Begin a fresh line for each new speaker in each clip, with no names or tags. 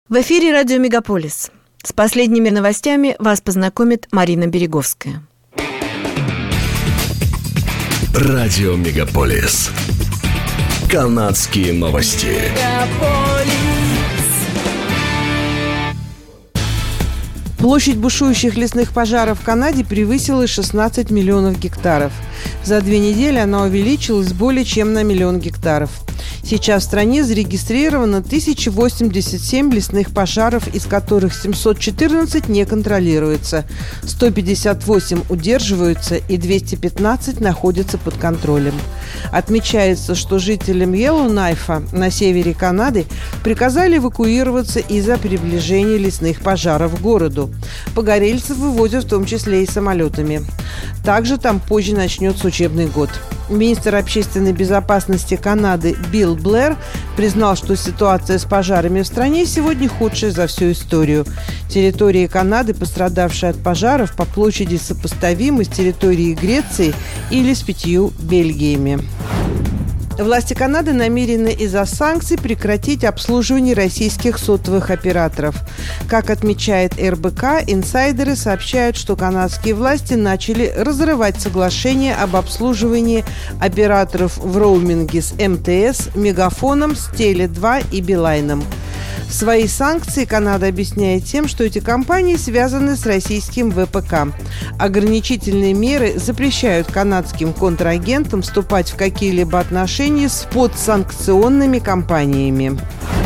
В эфире радио «Мегаполис». С последними новостями вас познакомит Марина Береговская.
Радио «Мегаполис». Канадские новости.
Площадь бушующих лесных пожаров в Канаде превысила 16 миллионов гектаров. За 2 недели она увеличилась более чем на 1 миллион гектаров. Сейчас в стране зарегистрировано 1087 лесных пожаров, из которых 714 не контролируются, 158 удерживаются и 215 находятся под контролем. Отмечается, что жителям Йеллоунайфа на севере Канады приказали эвакуироваться из-за приближения лесных пожаров к городу. Погорельцев вывозят в том числе и самолетами. Также там позже начнется учебный год. Министр общественной безопасности Канады Билл Блэр признал, что ситуация с пожарами в стране сегодня худшая за всю историю. Территория Канады, пострадавшая от пожаров, по площади сопоставимы с территорией Греции или с 5 Бельгиями. Власти Канады намерены из-за санкций прекратить обслуживание российских сотовых операторов. Как отмечает РБК, инсайдеры сообщают, что канадские власти начали разрывать соглашение об обслуживании операторов в роуминге с МТС, Мегафоном, с Теле2 и Билайном. Свои санкции Канада объясняет тем, что эти компании связаны с российским ВПК. Ограничительные меры запрещают канадским контрагентам вступать в какие-либо отношения с подсанкционными компаниями.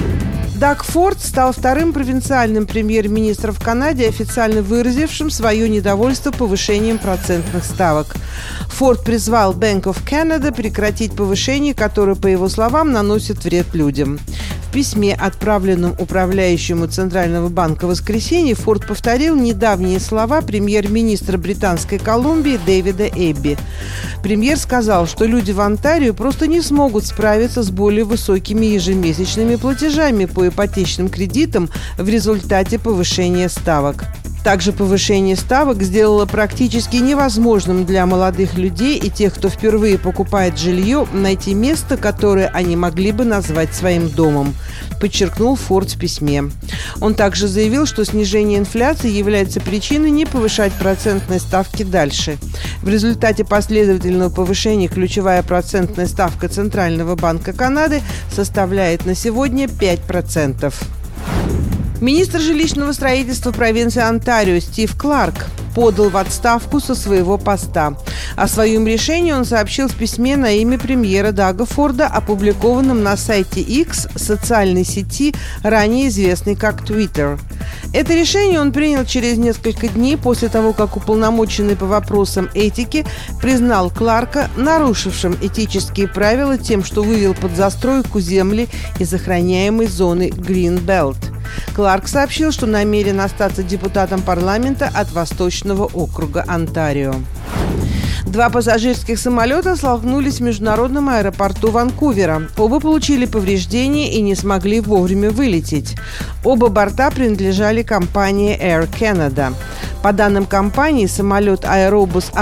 Даг Форд стал вторым провинциальным премьер-министром в Канаде, официально выразившим свое недовольство повышением процентных ставок. Форд призвал Bank of Canada прекратить повышение, которое, по его словам, наносит вред людям. В письме, отправленном управляющему Центрального банка в воскресенье, Форд повторил недавние слова премьер-министра Британской Колумбии Дэвида Эбби. Премьер сказал, что люди в Онтарио просто не смогут справиться с более высокими ежемесячными платежами по ипотечным кредитам в результате повышения ставок. Также повышение ставок сделало практически невозможным для молодых людей и тех, кто впервые покупает жилье, найти место, которое они могли бы назвать своим домом, подчеркнул Форд в письме. Он также заявил, что снижение инфляции является причиной не повышать процентные ставки дальше. В результате последовательного повышения ключевая процентная ставка Центрального банка Канады составляет на сегодня 5%. Министр жилищного строительства провинции Онтарио Стив Кларк подал в отставку со своего поста. О своем решении он сообщил в письме на имя премьера Дага Форда, опубликованном на сайте X, социальной сети, ранее известной как Twitter. Это решение он принял через несколько дней после того, как уполномоченный по вопросам этики признал Кларка нарушившим этические правила тем, что вывел под застройку земли из охраняемой зоны Greenbelt. Кларк сообщил, что намерен остаться депутатом парламента от Восточного округа Онтарио. 2 пассажирских самолета столкнулись в международном аэропорту Ванкувера. Оба получили повреждения и не смогли вовремя вылететь. Оба борта принадлежали компании Air Canada. По данным компании, самолет Airbus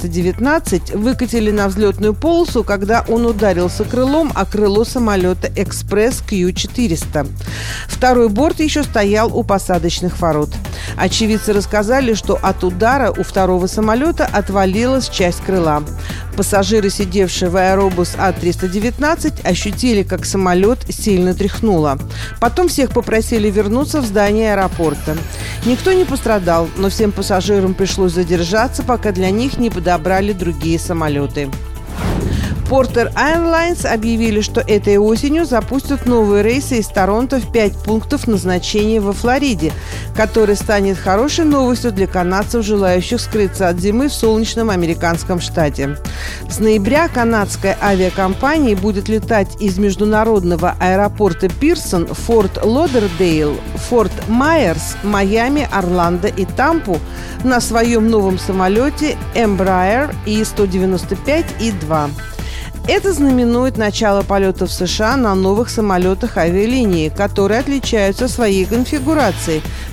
A319 выкатили на взлетную полосу, когда он ударился крылом о крыло самолета Express Q400. Второй борт еще стоял у посадочных ворот. Очевидцы рассказали, что от удара у второго самолета отвалилась часть крыла. Пассажиры, сидевшие в Airbus A319, ощутили, как самолет сильно тряхнуло. Потом всех попросили вернуться в здание аэропорта. Никто не пострадал, но всем пассажирам пришлось задержаться, пока для них не подобрали другие самолеты. Porter Airlines объявили, что этой осенью запустят новые рейсы из Торонто в 5 пунктов назначения во Флориде, который станет хорошей новостью для канадцев, желающих скрыться от зимы в солнечном американском штате. С ноября канадская авиакомпания будет летать из международного аэропорта Пирсон, Форт Лодердейл, Форт Майерс, Майами, Орландо и Тампу на своем новом самолете Embraer E195-E2. Это знаменует начало полетов в США на новых самолетах авиалинии, которые отличаются своей конфигурацией.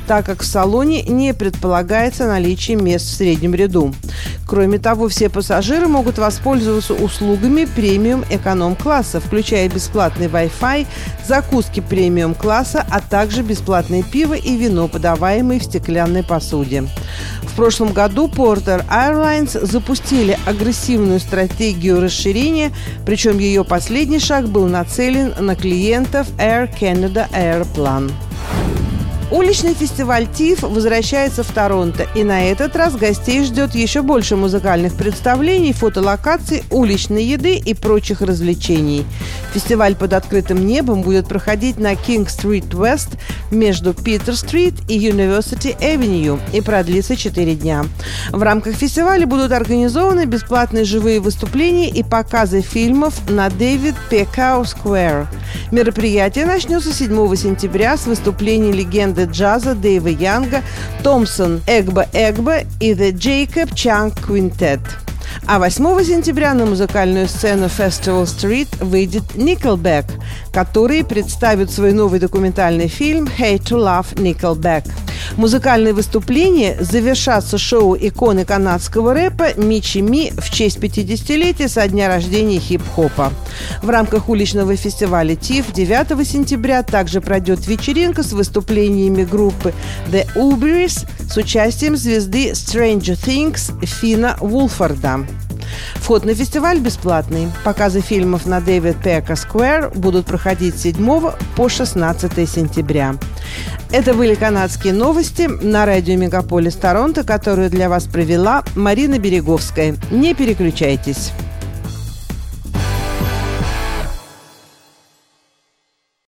так как в салоне не предполагается наличие мест в среднем ряду. Кроме того, все пассажиры могут воспользоваться услугами премиум-эконом-класса, включая бесплатный Wi-Fi, закуски премиум-класса, а также бесплатное пиво и вино, подаваемые в стеклянной посуде. В прошлом году Porter Airlines запустили агрессивную стратегию расширения, причем ее последний шаг был нацелен на клиентов Air Canada Airplan. Уличный фестиваль TIFF возвращается в Торонто, и на этот раз гостей ждет еще больше музыкальных представлений, фотолокаций, уличной еды и прочих развлечений. Фестиваль под открытым небом будет проходить на King Street West между Питер-стрит и University Avenue и продлится 4 дня. В рамках фестиваля будут организованы бесплатные живые выступления и показы фильмов на Дэвид Пекау Сквер. Мероприятие начнется 7 сентября с выступлений легенды джаза Дэйва Янга, Томпсон Эгба и The Jacob Chang Quintet. А 8 сентября на музыкальную сцену Festival Street выйдет Nickelback, которые представят свой новый документальный фильм «Hate to Love Nickelback». Музыкальные выступления завершатся шоу иконы канадского рэпа Мичи Ми в честь 50-летия со дня рождения хип-хопа. В рамках уличного фестиваля TIFF 9 сентября также пройдет вечеринка с выступлениями группы The Uberies с участием звезды Stranger Things Фина Вулфарда. Вход на фестиваль бесплатный. Показы фильмов на Дэвид Пека Сквер будут проходить с 7 по 16 сентября. Это были канадские новости на радио Мегаполис Торонто, которую для вас провела Марина Береговская. Не переключайтесь.